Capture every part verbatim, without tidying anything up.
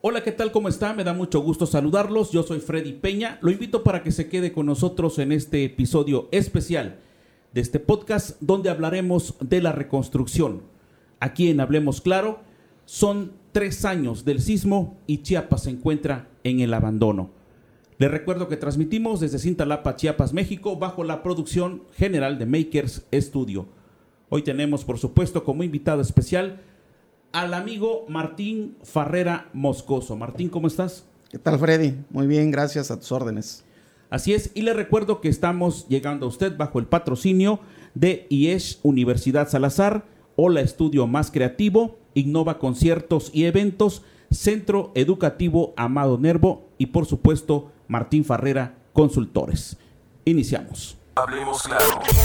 Hola, ¿qué tal? ¿Cómo está? Me da mucho gusto saludarlos. Yo soy Freddy Peña. Lo invito para que se quede con nosotros en este episodio especial de este podcast donde hablaremos de la reconstrucción. Aquí en Hablemos Claro, son tres años del sismo y Chiapas se encuentra en el abandono. Les recuerdo que transmitimos desde Cintalapa, Chiapas, México, bajo la producción general de Makers Studio. Hoy tenemos, por supuesto, como invitado especial al amigo Martín Farrera Moscoso. Martín, ¿cómo estás? ¿Qué tal, Freddy? Muy bien, gracias, a tus órdenes. Así es, y le recuerdo que estamos llegando a usted bajo el patrocinio de I E S H Universidad Salazar, Hola Estudio Más Creativo, Innova Conciertos y Eventos, Centro Educativo Amado Nervo y, por supuesto, Martín Farrera Consultores. Iniciamos. Hablemos Claro.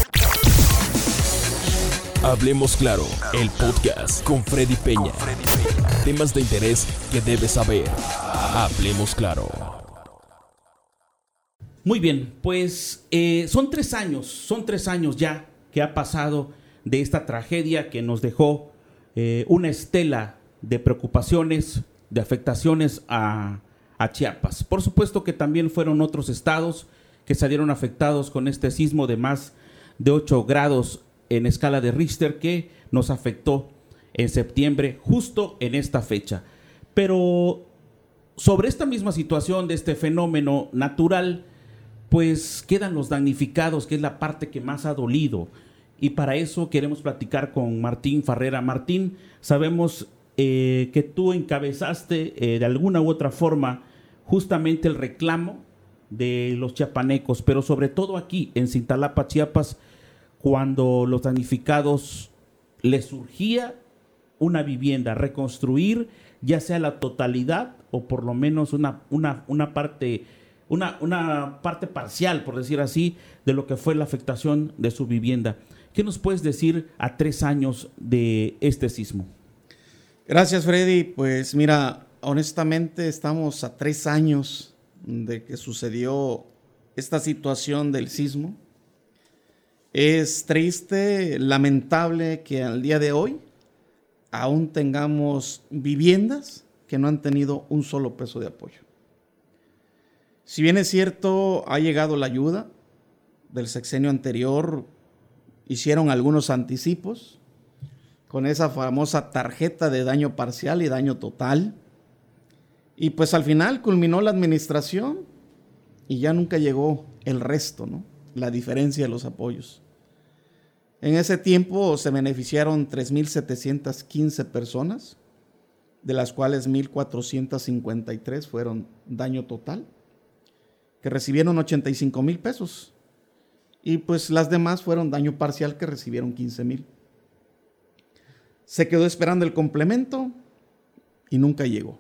Hablemos Claro, el podcast con Freddy Peña. Con Freddy Peña. Temas de interés que debes saber. Hablemos Claro. Muy bien, pues eh, son tres años, son tres años ya que ha pasado de esta tragedia que nos dejó eh, una estela de preocupaciones, de afectaciones a, a Chiapas. Por supuesto que también fueron otros estados que salieron afectados con este sismo de más de ocho grados en escala de Richter que nos afectó en septiembre, justo en esta fecha. Pero sobre esta misma situación de este fenómeno natural, pues quedan los damnificados, que es la parte que más ha dolido. Y para eso queremos platicar con Martín Farrera. Martín, sabemos eh, que tú encabezaste eh, de alguna u otra forma justamente el reclamo de los chiapanecos, pero sobre todo aquí en Cintalapa, Chiapas, cuando los damnificados les surgía una vivienda, reconstruir ya sea la totalidad o por lo menos una, una, una parte, una, una parte parcial, por decir así, de lo que fue la afectación de su vivienda. ¿Qué nos puedes decir a tres años de este sismo? Gracias, Freddy. Pues mira, honestamente estamos a tres años de que sucedió esta situación del sismo. Es triste, lamentable que al día de hoy aún tengamos viviendas que no han tenido un solo peso de apoyo. Si bien es cierto, ha llegado la ayuda del sexenio anterior, hicieron algunos anticipos con esa famosa tarjeta de daño parcial y daño total. Y pues al final culminó la administración y ya nunca llegó el resto, ¿no? La diferencia de los apoyos. En ese tiempo se beneficiaron tres mil setecientas quince personas, de las cuales mil cuatrocientas cincuenta y tres fueron daño total, que recibieron ochenta y cinco mil pesos. Y pues las demás fueron daño parcial, que recibieron quince mil. Se quedó esperando el complemento y nunca llegó.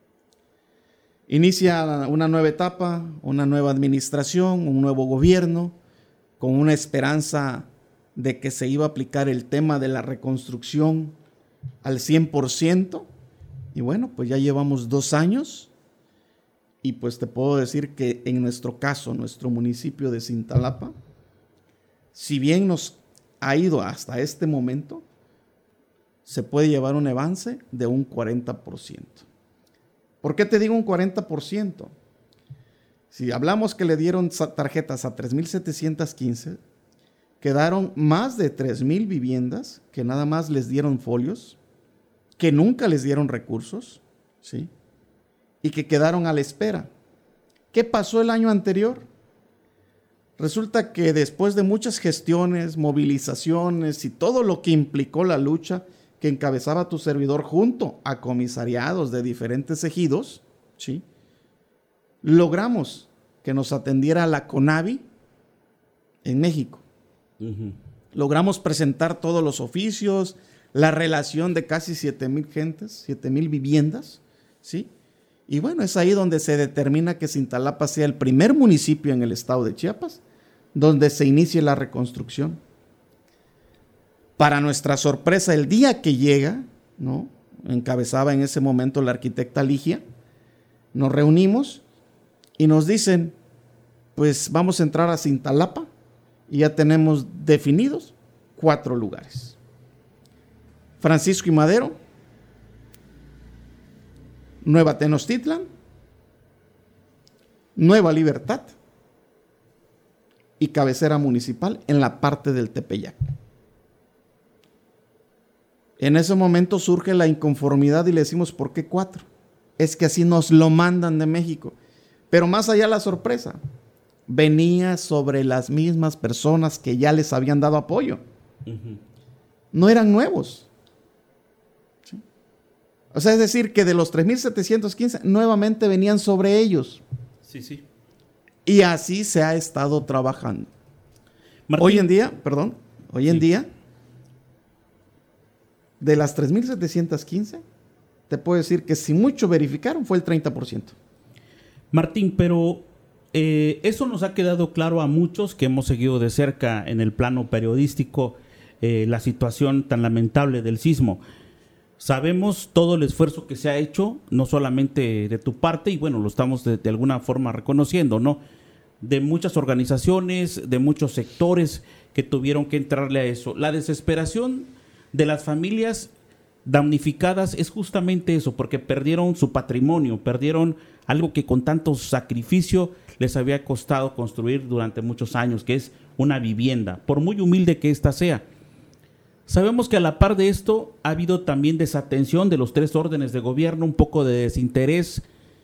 Inicia una nueva etapa, una nueva administración, un nuevo gobierno, con una esperanza de que se iba a aplicar el tema de la reconstrucción al cien por ciento. Y bueno, pues ya llevamos dos años y pues te puedo decir que en nuestro caso, nuestro municipio de Cintalapa, si bien nos ha ido hasta este momento, se puede llevar un avance de un cuarenta por ciento. ¿Por qué te digo un cuarenta por ciento? Si hablamos que le dieron tarjetas a tres mil setecientas quince, quedaron más de tres mil viviendas que nada más les dieron folios, que nunca les dieron recursos, ¿sí? Y que quedaron a la espera. ¿Qué pasó el año anterior? Resulta que después de muchas gestiones, movilizaciones y todo lo que implicó la lucha que encabezaba tu servidor junto a comisariados de diferentes ejidos, ¿sí?, logramos que nos atendiera la CONAVI en México. Uh-huh. Logramos presentar todos los oficios, la relación de casi siete mil gentes, siete mil viviendas, ¿sí? Y bueno, es ahí donde se determina que Cintalapa sea el primer municipio en el estado de Chiapas donde se inicie la reconstrucción. Para nuestra sorpresa, el día que llega, ¿no?, encabezaba en ese momento la arquitecta Ligia, nos reunimos y nos dicen, pues vamos a entrar a Cintalapa y ya tenemos definidos cuatro lugares. Francisco y Madero, Nueva Tenochtitlan, Nueva Libertad y cabecera municipal en la parte del Tepeyac. En ese momento surge la inconformidad y le decimos, ¿por qué cuatro? Es que así nos lo mandan de México. Pero más allá la sorpresa, venía sobre las mismas personas que ya les habían dado apoyo. Uh-huh. No eran nuevos. ¿Sí? O sea, es decir, que de los tres mil setecientos quince, nuevamente venían sobre ellos. Sí, sí. Y así se ha estado trabajando. Martín. Hoy en día, perdón, hoy sí. en día, de las tres mil setecientos quince, te puedo decir que si mucho verificaron fue el treinta por ciento. Martín, pero eh, eso nos ha quedado claro a muchos que hemos seguido de cerca en el plano periodístico eh, la situación tan lamentable del sismo. Sabemos todo el esfuerzo que se ha hecho, no solamente de tu parte, y bueno, lo estamos de, de alguna forma reconociendo, ¿no? De muchas organizaciones, de muchos sectores que tuvieron que entrarle a eso. La desesperación de las familias damnificadas es justamente eso, porque perdieron su patrimonio, perdieron algo que con tanto sacrificio les había costado construir durante muchos años, que es una vivienda, por muy humilde que ésta sea. Sabemos que a la par de esto ha habido también desatención de los tres órdenes de gobierno, un poco de desinterés,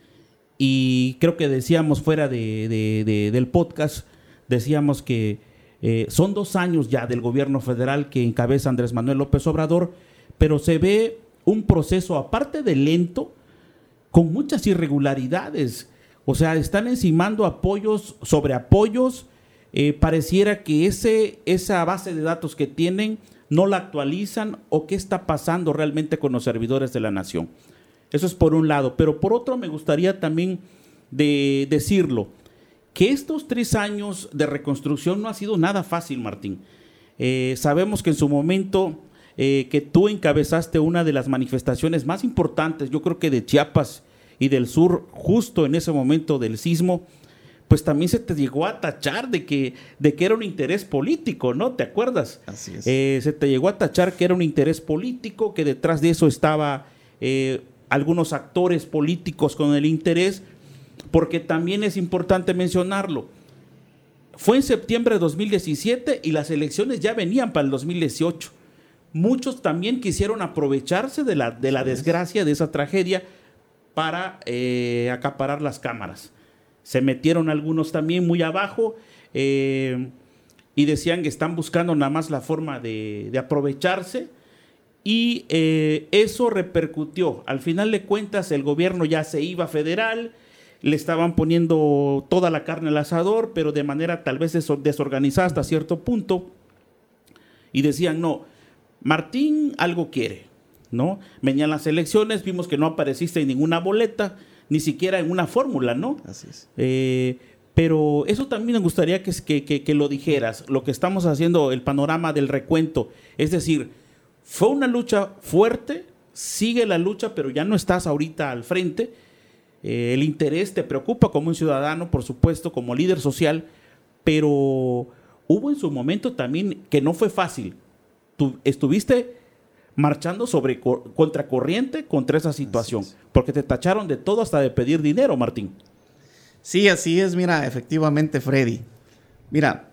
y creo que decíamos fuera de, de, de, del podcast, decíamos que eh, son dos años ya del gobierno federal que encabeza Andrés Manuel López Obrador, pero se ve un proceso, aparte de lento, con muchas irregularidades. O sea, están encimando apoyos sobre apoyos, eh, pareciera que ese, esa base de datos que tienen no la actualizan, o qué está pasando realmente con los servidores de la nación. Eso es por un lado, pero por otro me gustaría también de decirlo, que estos tres años de reconstrucción no ha sido nada fácil, Martín. Eh, sabemos que en su momento eh, que tú encabezaste una de las manifestaciones más importantes, yo creo que de Chiapas y del sur, justo en ese momento del sismo, pues también se te llegó a tachar de que, de que era un interés político, ¿no? ¿Te acuerdas? Así es. Eh, se te llegó a tachar que era un interés político, que detrás de eso estaba eh, algunos actores políticos con el interés, porque también es importante mencionarlo. Fue en septiembre de dos mil diecisiete y las elecciones ya venían para el dos mil dieciocho. Muchos también quisieron aprovecharse de la, de la desgracia, de esa tragedia, para eh, acaparar las cámaras. Se metieron algunos también muy abajo eh, y decían que están buscando nada más la forma de, de aprovecharse, y eh, eso repercutió. Al final de cuentas el gobierno ya se iba federal, le estaban poniendo toda la carne al asador, pero de manera tal vez desorganizada hasta cierto punto, y decían, no, Martín algo quiere, ¿no? Venían las elecciones, vimos que no apareciste en ninguna boleta, ni siquiera en una fórmula, ¿no? Así es. Eh, pero eso también me gustaría que, que, que, que lo dijeras, lo que estamos haciendo, el panorama del recuento. Es decir, fue una lucha fuerte, sigue la lucha, pero ya no estás ahorita al frente. Eh, el interés te preocupa como un ciudadano, por supuesto, como líder social, pero hubo en su momento también que no fue fácil. Tú estuviste marchando sobre contracorriente contra esa situación, es. porque te tacharon de todo, hasta de pedir dinero, Martín. Sí, así es, mira, efectivamente, Freddy. Mira,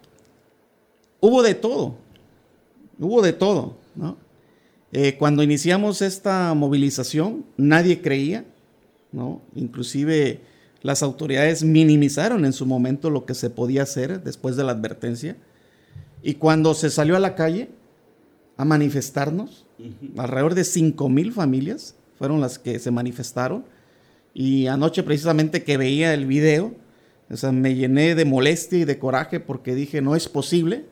hubo de todo, hubo de todo, ¿no? Eh, cuando iniciamos esta movilización, nadie creía, ¿no? Inclusive las autoridades minimizaron en su momento lo que se podía hacer después de la advertencia. Y cuando se salió a la calle a manifestarnos, uh-huh. alrededor de cinco mil familias fueron las que se manifestaron. Y anoche precisamente que veía el video, o sea, me llené de molestia y de coraje, porque dije, no es posible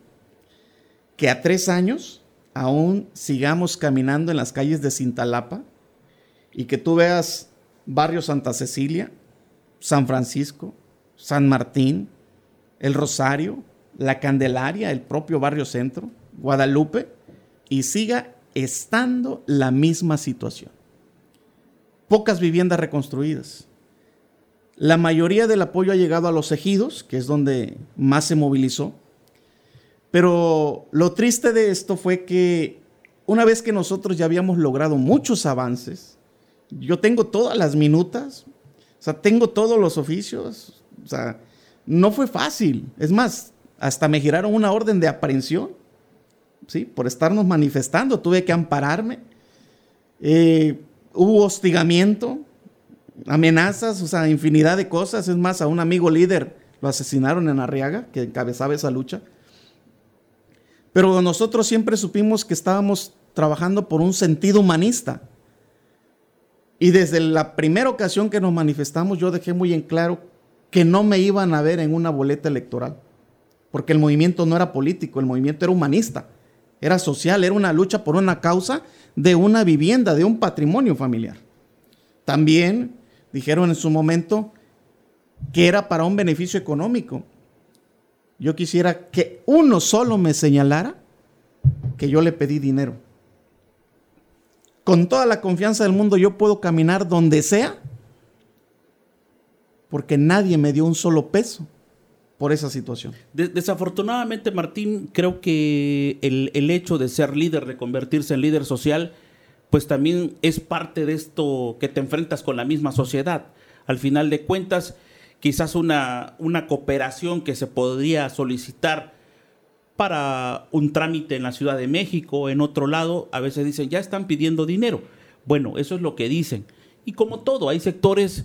que a tres años aún sigamos caminando en las calles de Cintalapa y que tú veas barrio Santa Cecilia, San Francisco, San Martín, El Rosario, La Candelaria, el propio barrio Centro, Guadalupe, y siga estando la misma situación. Pocas viviendas reconstruidas. La mayoría del apoyo ha llegado a los ejidos, que es donde más se movilizó. Pero lo triste de esto fue que una vez que nosotros ya habíamos logrado muchos avances Yo tengo todas las minutas, o sea, tengo todos los oficios, o sea, no fue fácil. Es más, hasta me giraron una orden de aprehensión, ¿sí? Por estarnos manifestando, tuve que ampararme. Eh, hubo hostigamiento, amenazas, o sea, infinidad de cosas. Es más, a un amigo líder lo asesinaron en Arriaga, que encabezaba esa lucha. Pero nosotros siempre supimos que estábamos trabajando por un sentido humanista. Y desde la primera ocasión que nos manifestamos, yo dejé muy en claro que no me iban a ver en una boleta electoral, porque el movimiento no era político, el movimiento era humanista, era social, era una lucha por una causa de una vivienda, de un patrimonio familiar. También dijeron en su momento que era para un beneficio económico. Yo quisiera que uno solo me señalara que yo le pedí dinero. Con toda la confianza del mundo yo puedo caminar donde sea, porque nadie me dio un solo peso por esa situación. Desafortunadamente, Martín, creo que el, el hecho de ser líder, de convertirse en líder social, pues también es parte de esto que te enfrentas con la misma sociedad. Al final de cuentas, quizás una, una cooperación que se podría solicitar para un trámite en la Ciudad de México, en otro lado, a veces dicen, ya están pidiendo dinero. Bueno, eso es lo que dicen. Y como todo, hay sectores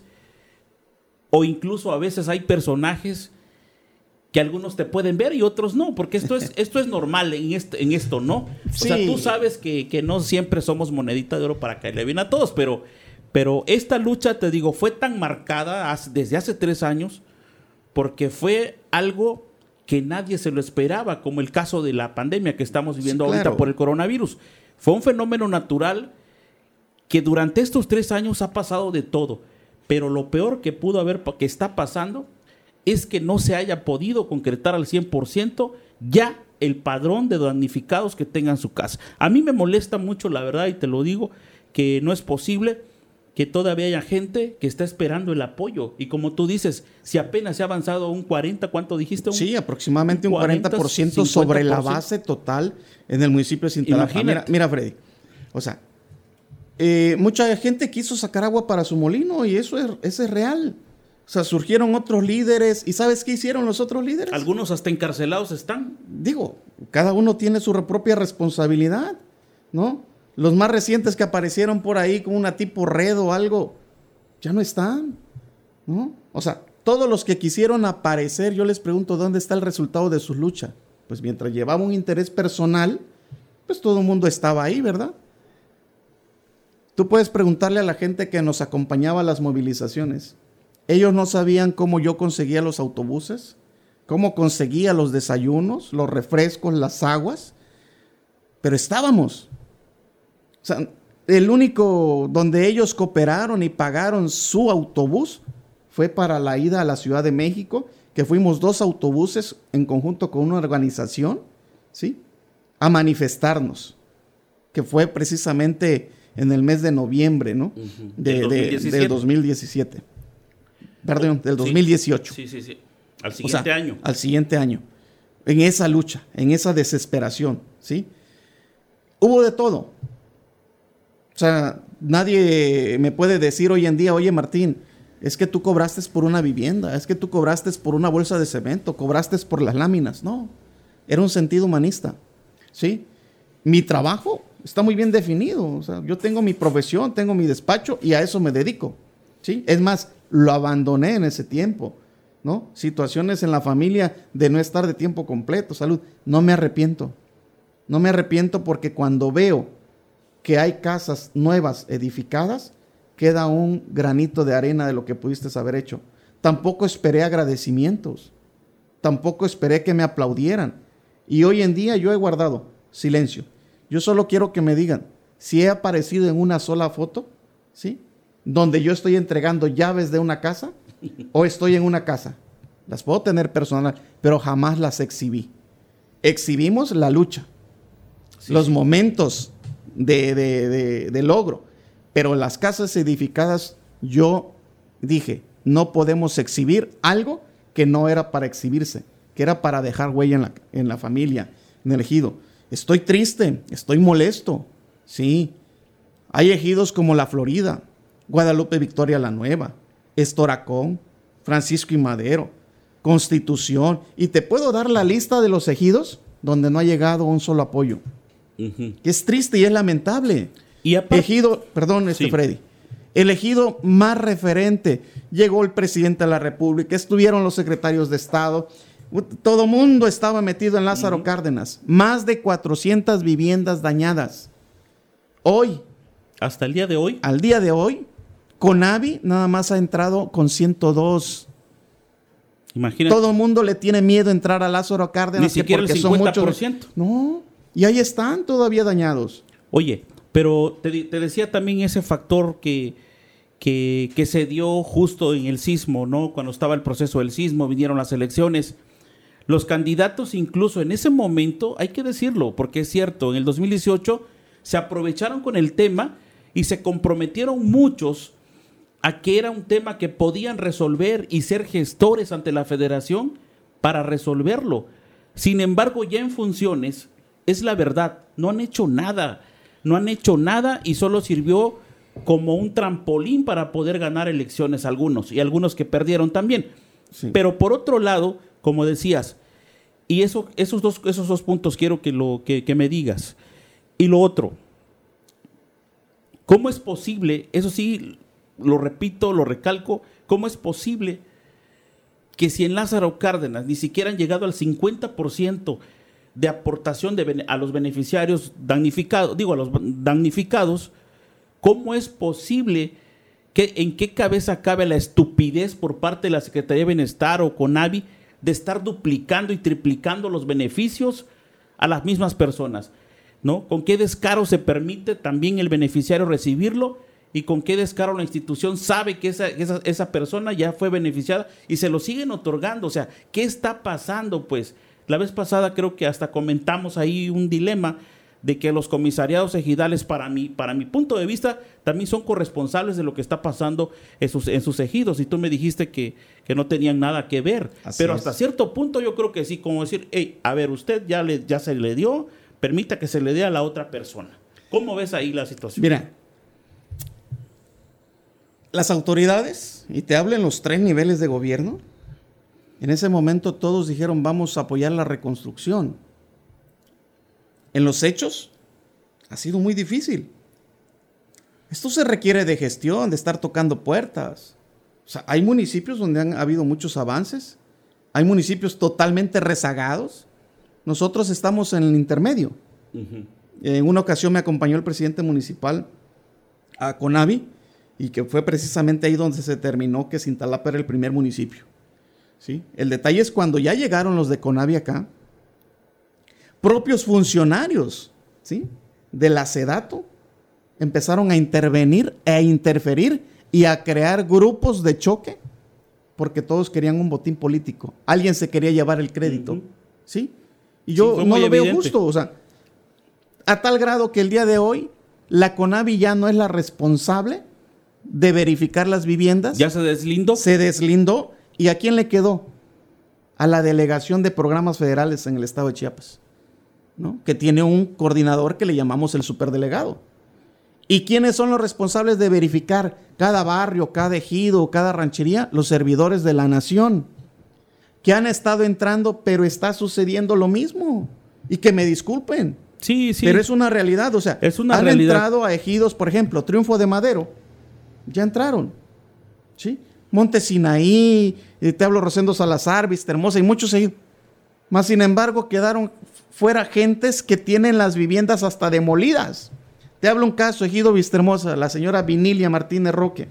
o incluso a veces hay personajes que algunos te pueden ver y otros no, porque esto es, esto es normal en, este, en esto, ¿no? Sí. O sea, tú sabes que, que no siempre somos monedita de oro para caerle bien a todos, pero, pero esta lucha, te digo, fue tan marcada hace, desde hace tres años, porque fue algo que nadie se lo esperaba, como el caso de la pandemia que estamos viviendo sí, claro. ahorita por el coronavirus. Fue un fenómeno natural que durante estos tres años ha pasado de todo, pero lo peor que pudo haber, que está pasando, es que no se haya podido concretar al cien por ciento ya el padrón de damnificados que tengan su casa. A mí me molesta mucho, la verdad, y te lo digo, que no es posible que todavía haya gente que está esperando el apoyo. Y como tú dices, si apenas se ha avanzado un cuarenta, ¿cuánto dijiste? Un, sí, aproximadamente un cuarenta por ciento sobre la base total en el municipio de Cintalapa. Mira, mira, Freddy, o sea, eh, mucha gente quiso sacar agua para su molino y eso es, eso es real. O sea, surgieron otros líderes. ¿Y sabes qué hicieron los otros líderes? Algunos hasta encarcelados están. Digo, cada uno tiene su propia responsabilidad, ¿no? Los más recientes que aparecieron por ahí con una tipo red o algo, ya no están, ¿no? O sea, todos los que quisieron aparecer, yo les pregunto, ¿dónde está el resultado de su lucha? Pues mientras llevaba un interés personal, pues todo el mundo estaba ahí, ¿verdad? Tú puedes preguntarle a la gente que nos acompañaba a las movilizaciones. Ellos no sabían cómo yo conseguía los autobuses, cómo conseguía los desayunos, los refrescos, las aguas, pero estábamos. O sea, el único donde ellos cooperaron y pagaron su autobús fue para la ida a la Ciudad de México, que fuimos dos autobuses en conjunto con una organización, ¿sí?, a manifestarnos, que fue precisamente en el mes de noviembre, ¿no? Uh-huh. de, ¿Del, de, del dos mil diecisiete. Perdón, del dos mil dieciocho. Sí, sí, sí. Al siguiente o sea, año. Al siguiente año. En esa lucha, en esa desesperación, ¿sí? Hubo de todo. O sea, nadie me puede decir hoy en día, oye Martín, es que tú cobraste por una vivienda, es que tú cobraste por una bolsa de cemento, cobraste por las láminas. No, era un sentido humanista, ¿sí? Mi trabajo está muy bien definido. O sea, yo tengo mi profesión, tengo mi despacho y a eso me dedico, ¿sí? Es más, lo abandoné en ese tiempo, ¿no? Situaciones en la familia de no estar de tiempo completo, salud. No me arrepiento, no me arrepiento porque cuando veo que hay casas nuevas edificadas, queda un granito de arena de lo que pudiste haber hecho. Tampoco esperé agradecimientos, tampoco esperé que me aplaudieran. Y hoy en día yo he guardado silencio. Yo solo quiero que me digan si he aparecido en una sola foto, ¿sí?, donde yo estoy entregando llaves de una casa o estoy en una casa. Las puedo tener personal, pero jamás las exhibí. Exhibimos la lucha, sí, los sí. momentos De, de, de, de logro, pero las casas edificadas, yo dije, no podemos exhibir algo que no era para exhibirse, que era para dejar huella en la, en la familia, en el ejido. Estoy triste, estoy molesto, sí. Hay ejidos como La Florida, Guadalupe Victoria la Nueva, Estoracón, Francisco y Madero, Constitución. Y te puedo dar la lista de los ejidos donde no ha llegado un solo apoyo. Uh-huh. Es triste y es lamentable. Y aparte, ejido, perdón, este sí. Freddy, el ejido más referente, llegó el presidente de la República, estuvieron los secretarios de Estado, todo mundo estaba metido en Lázaro uh-huh. Cárdenas, más de cuatrocientas viviendas dañadas. Hoy, hasta el día de hoy, al día de hoy, Conavi nada más ha entrado con ciento dos. Imagínate. Todo el mundo le tiene miedo a entrar a Lázaro Cárdenas. Ni siquiera el cincuenta por ciento. Son muchos. No, y ahí están todavía dañados. Oye, pero te, te decía también ese factor que, que, que se dio justo en el sismo, ¿no? Cuando estaba el proceso del sismo, vinieron las elecciones. Los candidatos incluso en ese momento, hay que decirlo, porque es cierto, en el dos mil dieciocho se aprovecharon con el tema y se comprometieron muchos a que era un tema que podían resolver y ser gestores ante la federación para resolverlo. Sin embargo, ya en funciones, es la verdad, no han hecho nada, no han hecho nada y solo sirvió como un trampolín para poder ganar elecciones algunos, y algunos que perdieron también. Sí. Pero por otro lado, como decías, y eso, esos, dos, esos dos puntos quiero que, lo, que, que me digas. Y lo otro, ¿cómo es posible, eso sí, lo repito, lo recalco, cómo es posible que si en Lázaro Cárdenas ni siquiera han llegado al cincuenta por ciento de aportación de, a los beneficiarios damnificados, digo a los damnificados, cómo es posible que en qué cabeza cabe la estupidez por parte de la Secretaría de Bienestar o Conavi de estar duplicando y triplicando los beneficios a las mismas personas, ¿no? ¿Con qué descaro se permite también el beneficiario recibirlo? Y con qué descaro la institución sabe que esa, esa, esa persona ya fue beneficiada y se lo siguen otorgando. O sea, ¿qué está pasando? Pues la vez pasada creo que hasta comentamos ahí un dilema de que los comisariados ejidales, para mí, para mi punto de vista, también son corresponsables de lo que está pasando en sus, en sus ejidos. Y tú me dijiste que, que no tenían nada que ver. Así Pero hasta es. cierto punto yo creo que sí, como decir, hey, a ver, usted ya, le, ya se le dio, permita que se le dé a la otra persona. ¿Cómo ves ahí la situación? Mira, las autoridades, y te hablo en los tres niveles de gobierno, en ese momento todos dijeron vamos a apoyar la reconstrucción. En los hechos ha sido muy difícil. Esto se requiere de gestión, de estar tocando puertas. O sea, hay municipios donde han habido muchos avances, hay municipios totalmente rezagados. Nosotros estamos en el intermedio. Uh-huh. En una ocasión me acompañó el presidente municipal a Conavi, y que fue precisamente ahí donde se determinó que Cintalapa era el primer municipio. ¿Sí? El detalle es cuando ya llegaron los de Conavi acá, propios funcionarios, ¿sí?, de la SEDATU empezaron a intervenir e a interferir y a crear grupos de choque porque todos querían un botín político. Alguien se quería llevar el crédito. Uh-huh. ¿Sí? Y yo sí, no lo evidente. veo justo. O sea, a tal grado que el día de hoy la Conavi ya no es la responsable de verificar las viviendas. ¿Ya se deslindó? Se deslindó. ¿Y a quién le quedó? A la Delegación de Programas Federales en el estado de Chiapas, ¿no? Que tiene un coordinador que le llamamos el superdelegado. ¿Y quiénes son los responsables de verificar cada barrio, cada ejido, cada ranchería? Los servidores de la nación, que han estado entrando, pero está sucediendo lo mismo. Y que me disculpen. Sí, sí. Pero es una realidad. O sea, es una han realidad. entrado a ejidos, por ejemplo, Triunfo de Madero. Ya entraron. ¿Sí? Monte Sinaí, te hablo Rosendo Salazar, Vista Hermosa y muchos ejidos. Más sin embargo, quedaron fuera gentes que tienen las viviendas hasta demolidas. Te hablo un caso, ejido Vista Hermosa, la señora Vinilia Martínez Roque.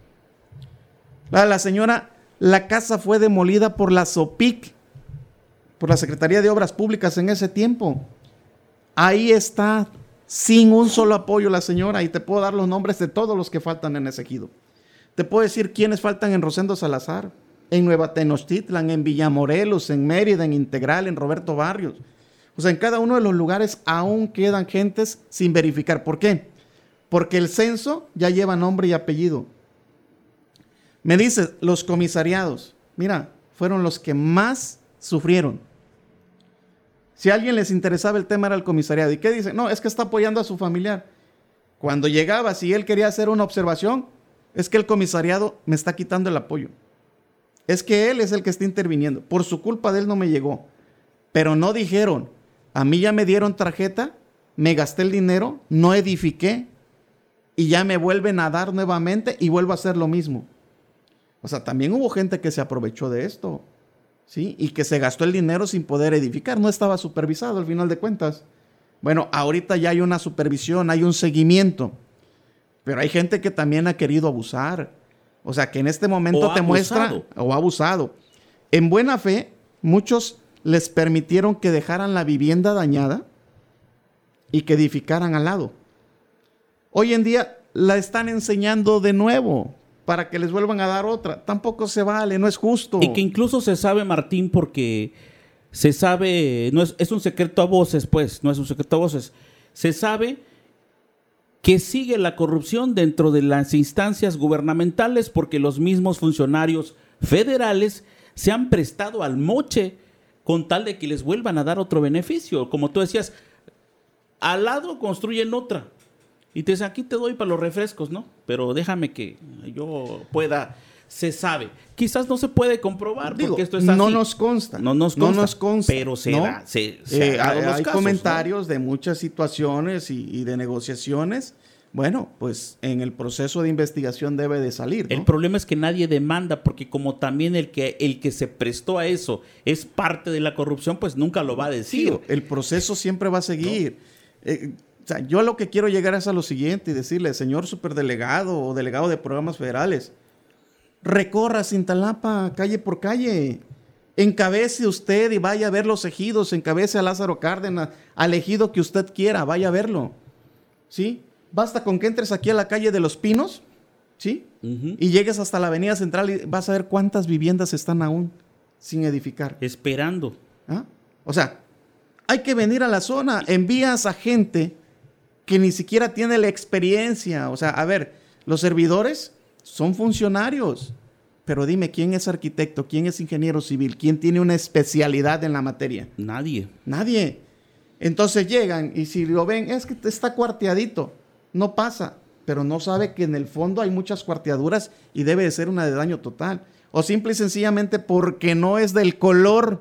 La, la señora, la casa fue demolida por la SOPIC, por la Secretaría de Obras Públicas en ese tiempo. Ahí está, sin un solo apoyo la señora, y te puedo dar los nombres de todos los que faltan en ese ejido. Te puedo decir quiénes faltan en Rosendo Salazar, en Nueva Tenochtitlan, en Villamorelos, en Mérida, en Integral, en Roberto Barrios. O sea, en cada uno de los lugares aún quedan gentes sin verificar. ¿Por qué? Porque el censo ya lleva nombre y apellido. Me dices, los comisariados, mira, fueron los que más sufrieron. Si a alguien les interesaba el tema era el comisariado. ¿Y qué dice? No, es que está apoyando a su familiar. Cuando llegaba, si él quería hacer una observación, es que el comisariado me está quitando el apoyo. Es que él es el que está interviniendo. Por su culpa de él no me llegó. Pero no dijeron, a mí ya me dieron tarjeta, me gasté el dinero, no edifiqué y ya me vuelven a dar nuevamente y vuelvo a hacer lo mismo. O sea, también hubo gente que se aprovechó de esto, ¿sí? Y que se gastó el dinero sin poder edificar. No estaba supervisado al final de cuentas. Bueno, ahorita ya hay una supervisión, hay un seguimiento. Pero hay gente que también ha querido abusar. O sea, que en este momento te muestra o ha abusado. En buena fe, muchos les permitieron que dejaran la vivienda dañada y que edificaran al lado. Hoy en día la están enseñando de nuevo para que les vuelvan a dar otra. Tampoco se vale, no es justo. Y que incluso se sabe, Martín, porque se sabe, no es, es un secreto a voces, pues, no es un secreto a voces. Se sabe que sigue la corrupción dentro de las instancias gubernamentales porque los mismos funcionarios federales se han prestado al moche con tal de que les vuelvan a dar otro beneficio. Como tú decías, al lado construyen otra. Y te dicen, aquí te doy para los refrescos, ¿no? Pero déjame que yo pueda... Se sabe. Quizás no se puede comprobar. Digo, porque esto es así. No nos consta. No nos consta. No nos consta. Pero se ¿no? da. Se, se eh, ha dado hay los hay casos, comentarios, ¿no?, de muchas situaciones y, y de negociaciones. Bueno, pues en el proceso de investigación debe de salir, ¿no? El problema es que nadie demanda, porque como también el que, el que se prestó a eso es parte de la corrupción, pues nunca lo va a decir. Sí, el proceso siempre va a seguir. ¿No? Eh, o sea, yo a lo que quiero llegar es a lo siguiente y decirle, señor superdelegado o delegado de programas federales, recorra Cintalapa calle por calle, encabece usted y vaya a ver los ejidos, encabece a Lázaro Cárdenas, al ejido que usted quiera, vaya a verlo, ¿sí? Basta con que entres aquí a la calle de Los Pinos, ¿sí? Uh-huh. Y llegues hasta la avenida central y vas a ver cuántas viviendas están aún sin edificar. Esperando. ¿Ah? O sea, hay que venir a la zona, envías a gente que ni siquiera tiene la experiencia. O sea, a ver, los servidores son funcionarios, pero dime, ¿quién es arquitecto? ¿Quién es ingeniero civil? ¿Quién tiene una especialidad en la materia? Nadie. Nadie. Entonces llegan y si lo ven, es que está cuarteadito. No pasa, pero no sabe que en el fondo hay muchas cuarteaduras y debe de ser una de daño total. O simple y sencillamente porque no es del color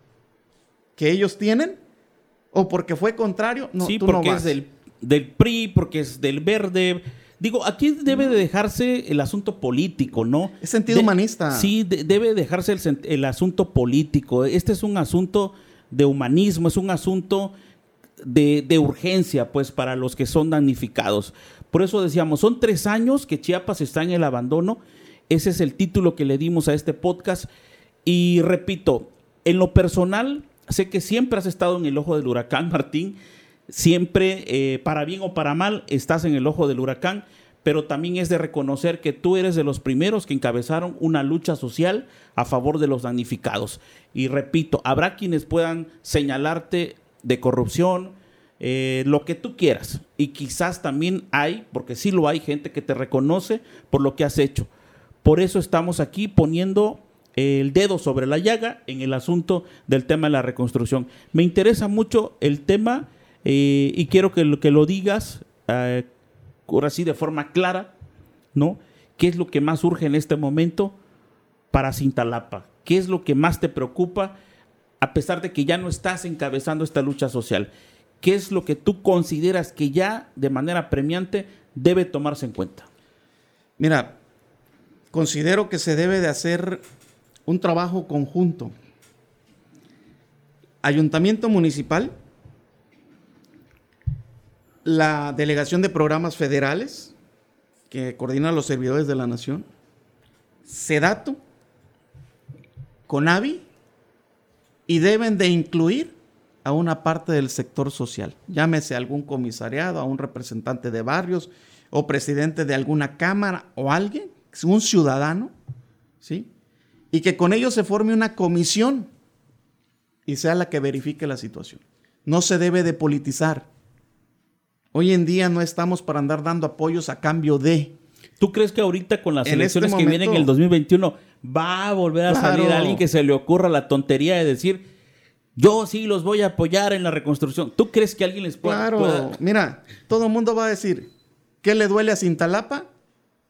que ellos tienen o porque fue contrario. No, sí, tú porque no vas. es del, del P R I, porque es del Verde. Digo, aquí debe de dejarse el asunto político, ¿no? Es sentido de, humanista. Sí, de, debe dejarse el, el asunto político. Este es un asunto de humanismo, es un asunto de, de urgencia, pues, para los que son damnificados. Por eso decíamos, son tres años que Chiapas está en el abandono. Ese es el título que le dimos a este podcast. Y repito, en lo personal, sé que siempre has estado en el ojo del huracán, Martín. Siempre, eh, para bien o para mal, estás en el ojo del huracán, pero también es de reconocer que tú eres de los primeros que encabezaron una lucha social a favor de los damnificados. Y repito, habrá quienes puedan señalarte de corrupción, eh, lo que tú quieras. Y quizás también hay, porque sí lo hay, gente que te reconoce por lo que has hecho. Por eso estamos aquí poniendo el dedo sobre la llaga en el asunto del tema de la reconstrucción. Me interesa mucho el tema... Eh, y quiero que lo, que lo digas eh, ahora sí de forma clara, ¿no? ¿Qué es lo que más urge en este momento para Cintalapa? ¿Qué es lo que más te preocupa a pesar de que ya no estás encabezando esta lucha social? ¿Qué es lo que tú consideras que ya de manera premiante debe tomarse en cuenta? Mira, considero que se debe de hacer un trabajo conjunto. Ayuntamiento municipal, la Delegación de Programas Federales, que coordina los servidores de la Nación, SEDATU, CONAVI, y deben de incluir a una parte del sector social, llámese algún comisariado, a un representante de barrios, o presidente de alguna cámara, o alguien, un ciudadano, ¿sí? Y que con ellos se forme una comisión y sea la que verifique la situación. No se debe de politizar. Hoy en día no estamos para andar dando apoyos a cambio de... ¿Tú crees que ahorita con las en elecciones este que momento, vienen en el dos mil veintiuno va a volver a claro, salir alguien que se le ocurra la tontería de decir yo sí los voy a apoyar en la reconstrucción? ¿Tú crees que alguien les pueda...? Claro, pueda... mira, todo el mundo va a decir ¿qué le duele a Cintalapa?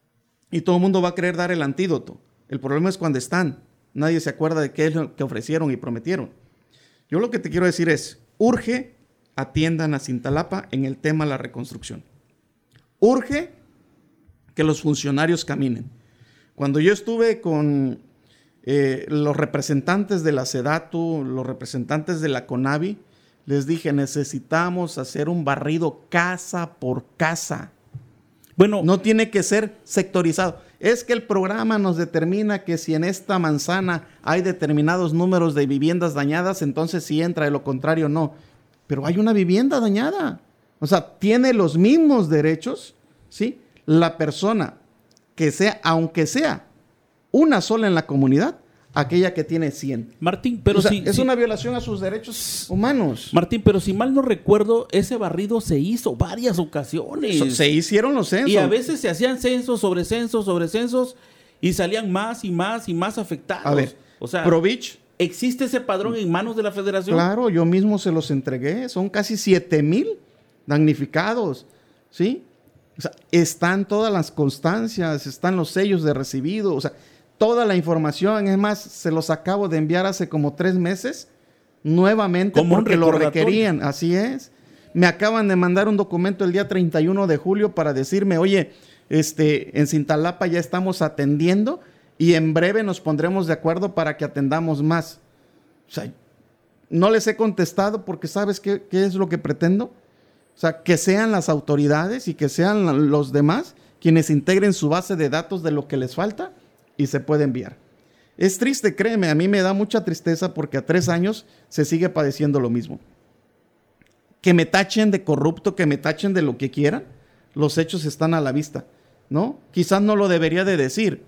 y todo el mundo va a querer dar el antídoto. El problema es cuando están. Nadie se acuerda de qué es lo que ofrecieron y prometieron. Yo lo que te quiero decir es, urge atiendan a Cintalapa en el tema de la reconstrucción. Urge que los funcionarios caminen. Cuando yo estuve con eh, los representantes de la SEDATU, los representantes de la CONAVI, les dije, necesitamos hacer un barrido casa por casa. Bueno, no tiene que ser sectorizado. Es que el programa nos determina que si en esta manzana hay determinados números de viviendas dañadas, entonces sí entra, de lo contrario no. Pero hay una vivienda dañada. O sea, tiene los mismos derechos, ¿sí? La persona que sea, aunque sea una sola en la comunidad, aquella que tiene cien. Martín, pero o sea, si, es si, una violación a sus derechos humanos. Martín, pero si mal no recuerdo, ese barrido se hizo varias ocasiones. So, se hicieron los censos. Y a veces se hacían censos sobre censos sobre censos y salían más y más y más afectados. A ver, o sea, Provich. ¿Existe ese padrón en manos de la Federación? Claro, yo mismo se los entregué. Son casi siete mil damnificados, ¿sí? O sea, están todas las constancias, están los sellos de recibido, o sea, toda la información. Es más, se los acabo de enviar hace como tres meses nuevamente como porque lo requerían. Así es. Me acaban de mandar un documento el día treinta y uno de julio para decirme, oye, este, en Cintalapa ya estamos atendiendo y en breve nos pondremos de acuerdo para que atendamos más. O sea, no les he contestado porque ¿sabes qué, qué es lo que pretendo? O sea, que sean las autoridades y que sean los demás quienes integren su base de datos de lo que les falta y se puede enviar. Es triste, créeme, a mí me da mucha tristeza porque a tres años se sigue padeciendo lo mismo. Que me tachen de corrupto, que me tachen de lo que quieran, los hechos están a la vista, ¿no? Quizás no lo debería de decir.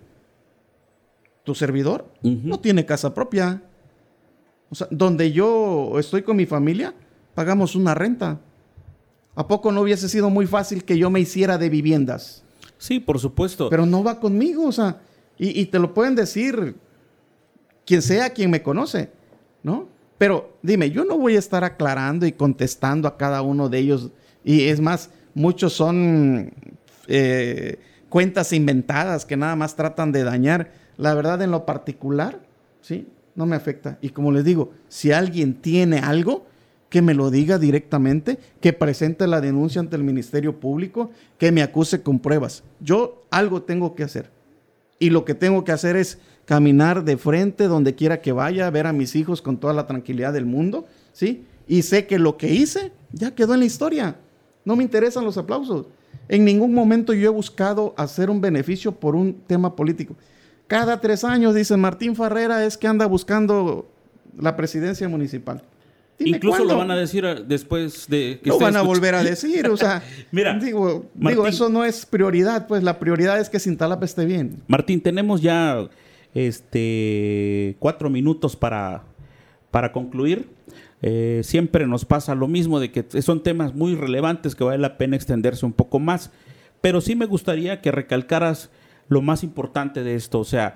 Tu servidor uh-huh. no tiene casa propia. O sea, donde yo estoy con mi familia, pagamos una renta. ¿A poco no hubiese sido muy fácil que yo me hiciera de viviendas? Sí, por supuesto. Pero no va conmigo, o sea, y, y te lo pueden decir quien sea quien me conoce, ¿no? Pero dime, yo no voy a estar aclarando y contestando a cada uno de ellos. Y es más, muchos son eh, cuentas inventadas que nada más tratan de dañar. La verdad, en lo particular, ¿sí? No me afecta. Y como les digo, si alguien tiene algo, que me lo diga directamente, que presente la denuncia ante el Ministerio Público, que me acuse con pruebas. Yo algo tengo que hacer. Y lo que tengo que hacer es caminar de frente donde quiera que vaya, ver a mis hijos con toda la tranquilidad del mundo, ¿sí? Y sé que lo que hice ya quedó en la historia. No me interesan los aplausos. En ningún momento yo he buscado hacer un beneficio por un tema político. Cada tres años dicen Martín Farrera es que anda buscando la presidencia municipal. Dime Incluso cuándo. Lo van a decir después de que lo van a escuchando. volver a decir, o sea, Mira, digo, Martín, digo, eso no es prioridad, pues la prioridad es que Cintalapa esté bien. Martín, tenemos ya este cuatro minutos para, para concluir. Eh, siempre nos pasa lo mismo, de que son temas muy relevantes que vale la pena extenderse un poco más, pero sí me gustaría que recalcaras lo más importante de esto, o sea,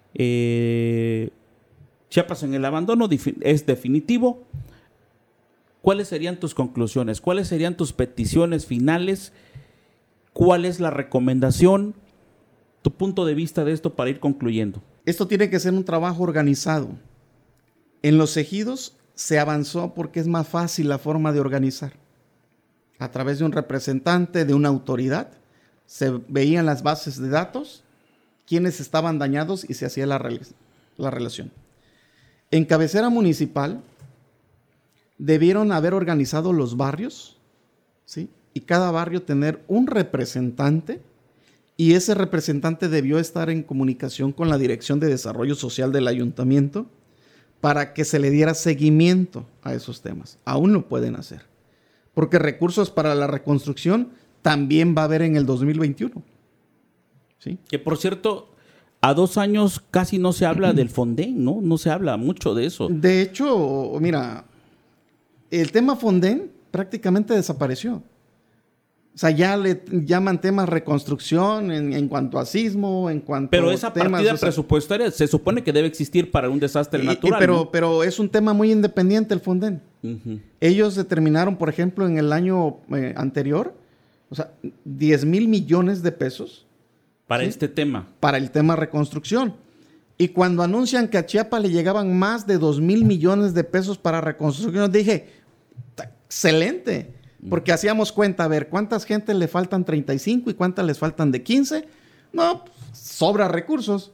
eh, Chiapas en el abandono es definitivo. ¿Cuáles serían tus conclusiones? ¿Cuáles serían tus peticiones finales? ¿Cuál es la recomendación? Tu punto de vista de esto para ir concluyendo. Esto tiene que ser un trabajo organizado. En los ejidos se avanzó porque es más fácil la forma de organizar. A través de un representante, de una autoridad, se veían las bases de datos, quiénes estaban dañados y se hacía la, re- la relación. En cabecera municipal, debieron haber organizado los barrios, ¿sí? Y cada barrio tener un representante, y ese representante debió estar en comunicación con la Dirección de Desarrollo Social del Ayuntamiento para que se le diera seguimiento a esos temas. Aún lo pueden hacer, porque recursos para la reconstrucción también va a haber en el dos mil veintiuno. ¿Sí? Que por cierto, a dos años casi no se habla del Fonden, ¿no? No se habla mucho de eso. De hecho, mira, el tema Fonden prácticamente desapareció. O sea, ya le llaman temas reconstrucción en, en cuanto a sismo, en cuanto Pero esa temas, partida o sea, presupuestaria se supone que debe existir para un desastre y, natural. Y pero, ¿no? pero es un tema muy independiente el Fonden. Uh-huh. Ellos determinaron, por ejemplo, en el año eh, anterior, o sea, diez mil millones de pesos Para ¿sí? este tema. Para el tema reconstrucción. Y cuando anuncian que a Chiapas le llegaban más de dos mil millones de pesos para reconstrucción, dije, excelente, porque hacíamos cuenta, a ver, ¿cuántas gentes le faltan treinta y cinco y cuántas les faltan de quince? No, sobra recursos.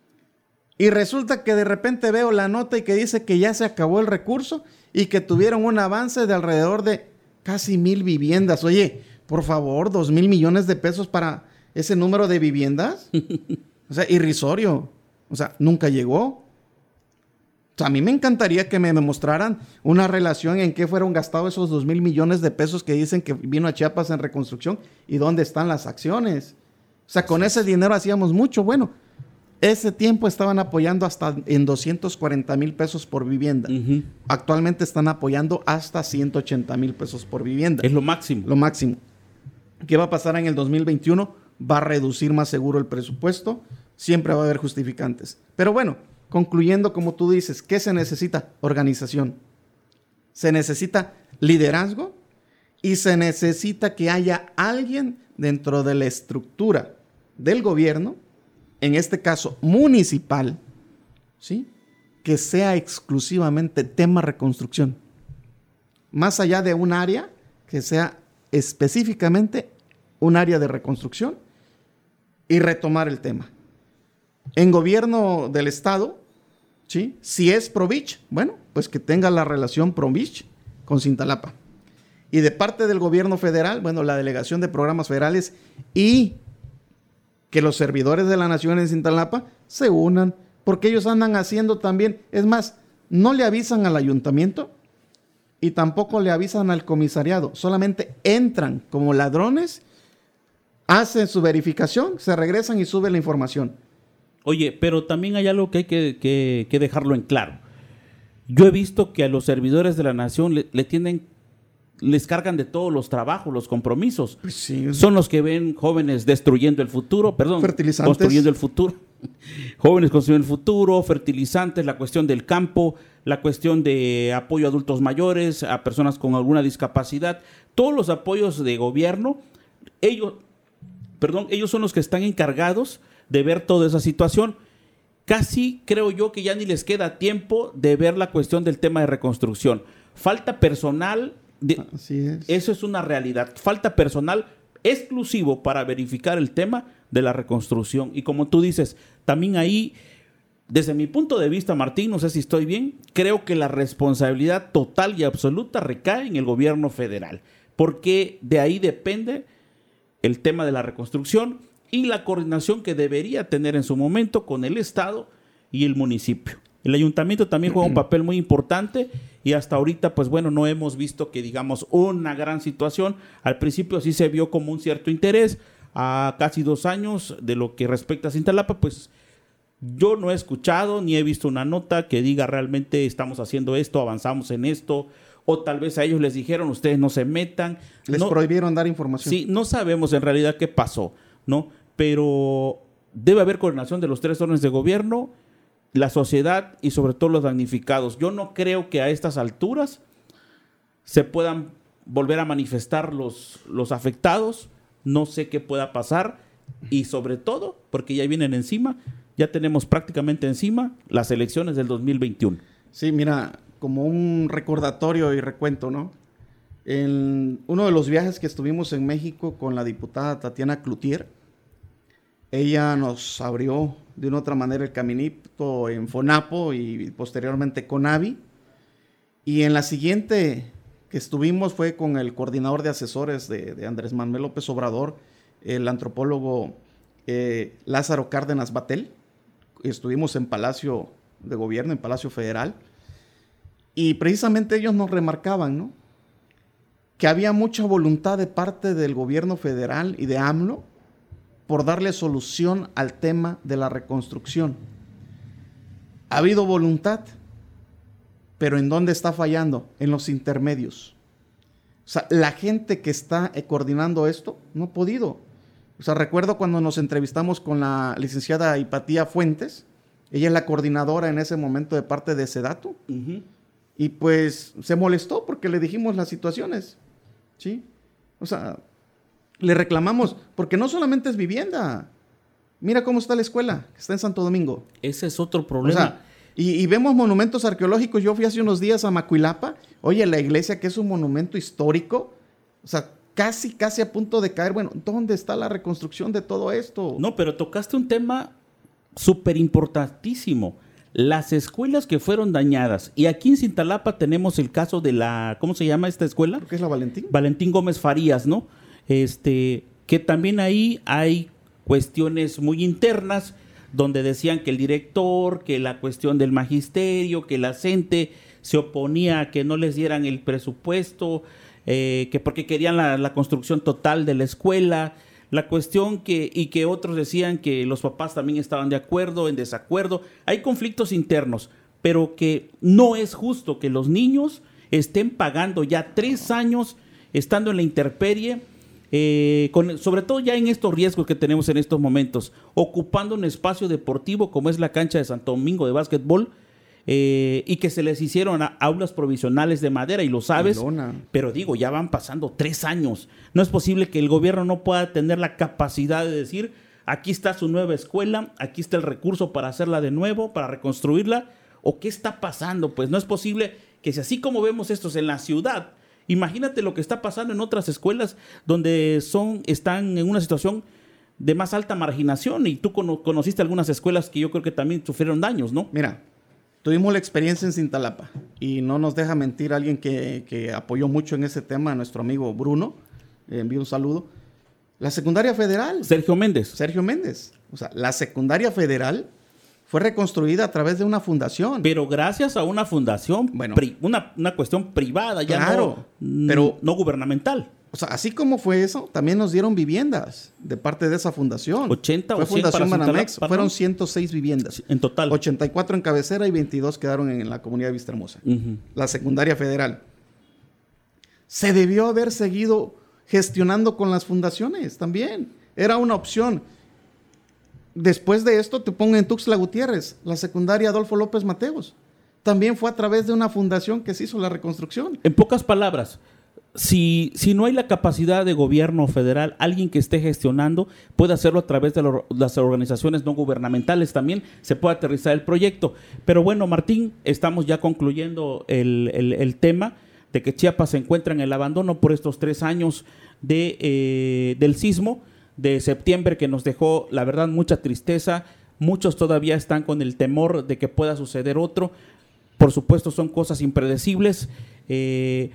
Y resulta que de repente veo la nota y que dice que ya se acabó el recurso y que tuvieron un avance de alrededor de casi mil viviendas. Oye, por favor, dos mil millones de pesos para ese número de viviendas. O sea, irrisorio. O sea, nunca llegó. O sea, a mí me encantaría que me mostraran una relación en qué fueron gastados esos dos mil millones de pesos que dicen que vino a Chiapas en reconstrucción y dónde están las acciones. O sea, con ese dinero hacíamos mucho. Bueno, ese tiempo estaban apoyando hasta en doscientos cuarenta mil pesos por vivienda. Uh-huh. Actualmente están apoyando hasta ciento ochenta mil pesos por vivienda. Es lo máximo. Lo máximo. ¿Qué va a pasar en el dos mil veintiuno? Va a reducir más seguro el presupuesto. Siempre va a haber justificantes. Pero bueno, concluyendo, como tú dices, ¿qué se necesita? Organización. Se necesita liderazgo y se necesita que haya alguien dentro de la estructura del gobierno, en este caso municipal, ¿sí?, que sea exclusivamente tema reconstrucción. Más allá de un área, que sea específicamente un área de reconstrucción y retomar el tema. En gobierno del estado, ¿sí?, si es Provich, bueno, pues que tenga la relación Provich con Cintalapa. Y de parte del gobierno federal, bueno, la delegación de programas federales y que los servidores de la nación en Cintalapa se unan, porque ellos andan haciendo también, es más, no le avisan al ayuntamiento y tampoco le avisan al comisariado, solamente entran como ladrones, hacen su verificación, se regresan y suben la información. Oye, pero también hay algo que hay que, que, que dejarlo en claro. Yo he visto que a los servidores de la nación le, le tienen, les cargan de todos los trabajos, los compromisos. Pues sí. Son los que ven jóvenes destruyendo el futuro, perdón, fertilizantes. construyendo el futuro. Jóvenes construyendo el futuro, fertilizantes, la cuestión del campo, la cuestión de apoyo a adultos mayores, a personas con alguna discapacidad. Todos los apoyos de gobierno, ellos, perdón, ellos son los que están encargados de ver toda esa situación. Casi creo yo que ya ni les queda tiempo de ver la cuestión del tema de reconstrucción. Falta personal, de, Así es. Eso es una realidad. Falta personal exclusivo para verificar el tema de la reconstrucción. Y como tú dices, también ahí, desde mi punto de vista, Martín, no sé si estoy bien, creo que la responsabilidad total y absoluta recae en el gobierno federal, porque de ahí depende el tema de la reconstrucción y la coordinación que debería tener en su momento con el Estado y el municipio. El ayuntamiento también juega un papel muy importante y hasta ahorita, pues bueno, no hemos visto que digamos una gran situación. Al principio sí se vio como un cierto interés. A casi dos años de lo que respecta a Cintalapa, pues yo no he escuchado ni he visto una nota que diga realmente estamos haciendo esto, avanzamos en esto, o tal vez a ellos les dijeron ustedes no se metan. Les no, prohibieron dar información. Sí, no sabemos en realidad qué pasó, ¿no? Pero debe haber coordinación de los tres órdenes de gobierno, la sociedad y sobre todo los damnificados. Yo no creo que a estas alturas se puedan volver a manifestar los, los afectados. No sé qué pueda pasar y sobre todo, porque ya vienen encima, ya tenemos prácticamente encima las elecciones del dos mil veintiuno. Sí, mira, como un recordatorio y recuento, ¿no? En uno de los viajes que estuvimos en México con la diputada Tatiana Cloutier, ella nos abrió de una otra manera el caminito en FONAPO y posteriormente CONAVI. Y en la siguiente que estuvimos fue con el coordinador de asesores de, de Andrés Manuel López Obrador, el antropólogo eh, Lázaro Cárdenas Batel. Estuvimos en Palacio de Gobierno, en Palacio Federal. Y precisamente ellos nos remarcaban, ¿no?, que había mucha voluntad de parte del gobierno federal y de AMLO por darle solución al tema de la reconstrucción. Ha habido voluntad, pero ¿en dónde está fallando? En los intermedios. O sea, la gente que está coordinando esto no ha podido. O sea, recuerdo cuando nos entrevistamos con la licenciada Hipatía Fuentes, ella es la coordinadora en ese momento de parte de SEDATU, uh-huh. y pues se molestó porque le dijimos las situaciones, ¿sí? O sea, le reclamamos, porque no solamente es vivienda, Mira cómo está la escuela, que está en Santo Domingo. Ese es otro problema. O sea, y, y vemos monumentos arqueológicos. Yo fui hace unos días a Macuilapa. Oye, la iglesia, que es un monumento histórico, o sea, casi, casi a punto de caer. Bueno, ¿dónde está la reconstrucción de todo esto? No, pero tocaste un tema súper importantísimo. Las escuelas que fueron dañadas. Y aquí en Cintalapa tenemos el caso de la, ¿cómo se llama esta escuela? Creo que es la Valentín. Valentín Gómez Farías, ¿no? Este, que también ahí hay cuestiones muy internas, donde decían que el director, que la cuestión del magisterio, que la gente se oponía a que no les dieran el presupuesto, eh, que porque querían la, la construcción total de la escuela. La cuestión que, y que otros decían que los papás también estaban de acuerdo, en desacuerdo. Hay conflictos internos, pero que no es justo que los niños estén pagando ya tres años estando en la intemperie, eh, con, sobre todo ya en estos riesgos que tenemos en estos momentos, ocupando un espacio deportivo como es la cancha de Santo Domingo de básquetbol, Eh, y que se les hicieron a, aulas provisionales de madera, y lo sabes, pero digo, ya van pasando tres años. No es posible que el gobierno no pueda tener la capacidad de decir, aquí está su nueva escuela, aquí está el recurso para hacerla de nuevo, para reconstruirla, o qué está pasando. Pues no es posible que si así como vemos estos en la ciudad, imagínate lo que está pasando en otras escuelas donde son, están en una situación de más alta marginación, y tú cono- conociste algunas escuelas que yo creo que también sufrieron daños, ¿no? Mira, tuvimos la experiencia en Cintalapa y no nos deja mentir alguien que, que apoyó mucho en ese tema, nuestro amigo Bruno, le envío un saludo. La secundaria federal. Sergio Méndez. Sergio Méndez. O sea, la secundaria federal fue reconstruida a través de una fundación. Pero gracias a una fundación, bueno, pri, una, una cuestión privada, ya claro, no, pero, no gubernamental. O sea, así como fue eso, también nos dieron viviendas de parte de esa fundación. ochenta fue o cien Fundación para Banamex, Cintalapa, fueron ¿no? ciento seis viviendas. En total. ochenta y cuatro en cabecera y veintidós quedaron en la comunidad de Vistahermosa. Uh-huh. La secundaria federal. Se debió haber seguido gestionando con las fundaciones también. Era una opción. Después de esto te pongo en Tuxtla Gutiérrez, la secundaria Adolfo López Mateos. También fue a través de una fundación que se hizo la reconstrucción. En pocas palabras, Si, si no hay la capacidad de gobierno federal, alguien que esté gestionando puede hacerlo a través de lo, las organizaciones no gubernamentales también, se puede aterrizar el proyecto. Pero bueno, Martín, estamos ya concluyendo el, el, el tema de que Chiapas se encuentra en el abandono por estos tres años de, eh, del sismo de septiembre, que nos dejó, la verdad, mucha tristeza. Muchos todavía están con el temor de que pueda suceder otro. Por supuesto, son cosas impredecibles, eh,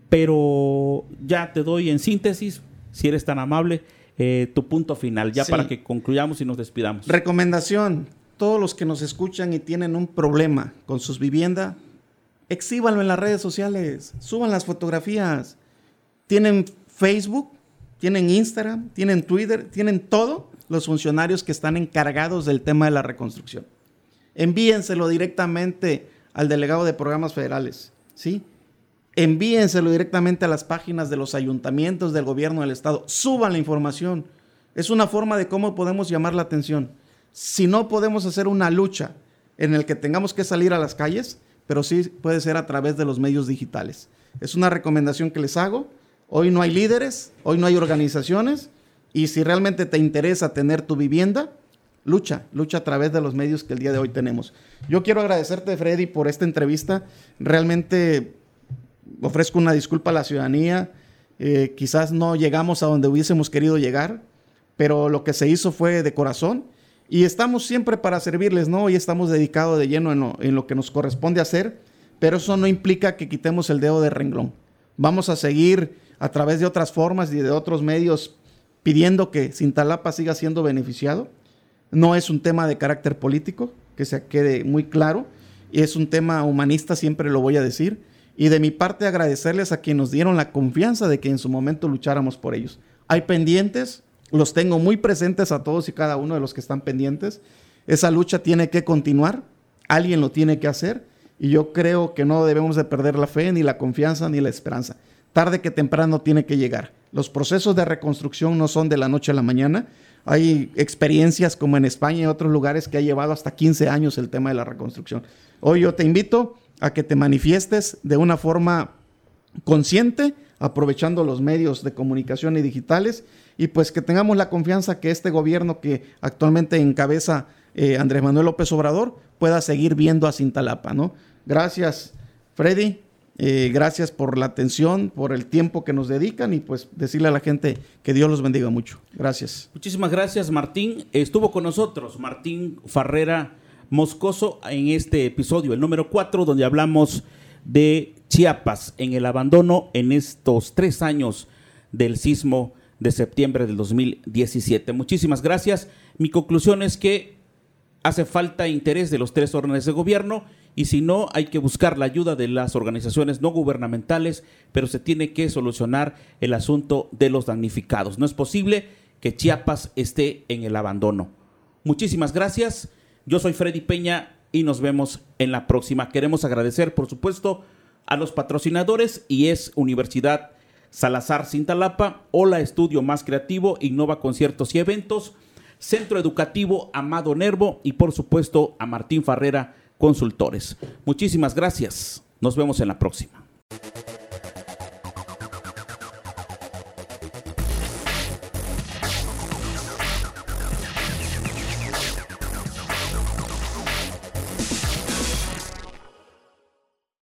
pero ya te doy en síntesis, si eres tan amable, eh, tu punto final, ya sí, para que concluyamos y nos despidamos. Recomendación, todos los que nos escuchan y tienen un problema con sus viviendas, exhíbanlo en las redes sociales, suban las fotografías. Tienen Facebook, tienen Instagram, tienen Twitter, tienen todo los funcionarios que están encargados del tema de la reconstrucción. Envíenselo directamente al delegado de programas federales, ¿sí? Envíenselo directamente a las páginas de los ayuntamientos, del gobierno del estado. Suban la información. Es una forma de cómo podemos llamar la atención. Si no podemos hacer una lucha en la que tengamos que salir a las calles, pero sí puede ser a través de los medios digitales. Es una recomendación que les hago. Hoy no hay líderes, hoy no hay organizaciones, y si realmente te interesa tener tu vivienda, lucha, lucha a través de los medios que el día de hoy tenemos. Yo quiero agradecerte, Freddy, por esta entrevista. Realmente ofrezco una disculpa a la ciudadanía. Eh, quizás no llegamos a donde hubiésemos querido llegar, pero lo que se hizo fue de corazón y estamos siempre para servirles, ¿no? Hoy estamos dedicados de lleno en lo, en lo que nos corresponde hacer, pero eso no implica que quitemos el dedo de renglón. Vamos a seguir a través de otras formas y de otros medios pidiendo que Cintalapa siga siendo beneficiado. No es un tema de carácter político, que se quede muy claro, y es un tema humanista, siempre lo voy a decir. Y de mi parte agradecerles a quienes nos dieron la confianza de que en su momento lucháramos por ellos. Hay pendientes, los tengo muy presentes a todos y cada uno de los que están pendientes. Esa lucha tiene que continuar, alguien lo tiene que hacer, y yo creo que no debemos de perder la fe, ni la confianza, ni la esperanza. Tarde que temprano tiene que llegar. Los procesos de reconstrucción no son de la noche a la mañana. Hay experiencias como en España y otros lugares que ha llevado hasta quince años el tema de la reconstrucción. Hoy yo te invito a que te manifiestes de una forma consciente, aprovechando los medios de comunicación y digitales, y pues que tengamos la confianza que este gobierno que actualmente encabeza eh, Andrés Manuel López Obrador pueda seguir viendo a Cintalapa, ¿no? Gracias, Freddy. Eh, gracias por la atención, por el tiempo que nos dedican y pues decirle a la gente que Dios los bendiga mucho. Gracias. Muchísimas gracias, Martín. Estuvo con nosotros Martín Farrera Moscoso en este episodio, el número cuatro, donde hablamos de Chiapas en el abandono en estos tres años del sismo de septiembre del dos mil diecisiete. Muchísimas gracias. Mi conclusión es que hace falta interés de los tres órdenes de gobierno y si no, hay que buscar la ayuda de las organizaciones no gubernamentales, pero se tiene que solucionar el asunto de los damnificados. No es posible que Chiapas esté en el abandono. Muchísimas gracias. Yo soy Freddy Peña y nos vemos en la próxima. Queremos agradecer, por supuesto, a los patrocinadores y es Universidad Salazar Cintalapa, Hola Estudio Más Creativo, Innova Conciertos y Eventos, Centro Educativo Amado Nervo y por supuesto a Martín Farrera Consultores. Muchísimas gracias. Nos vemos en la próxima.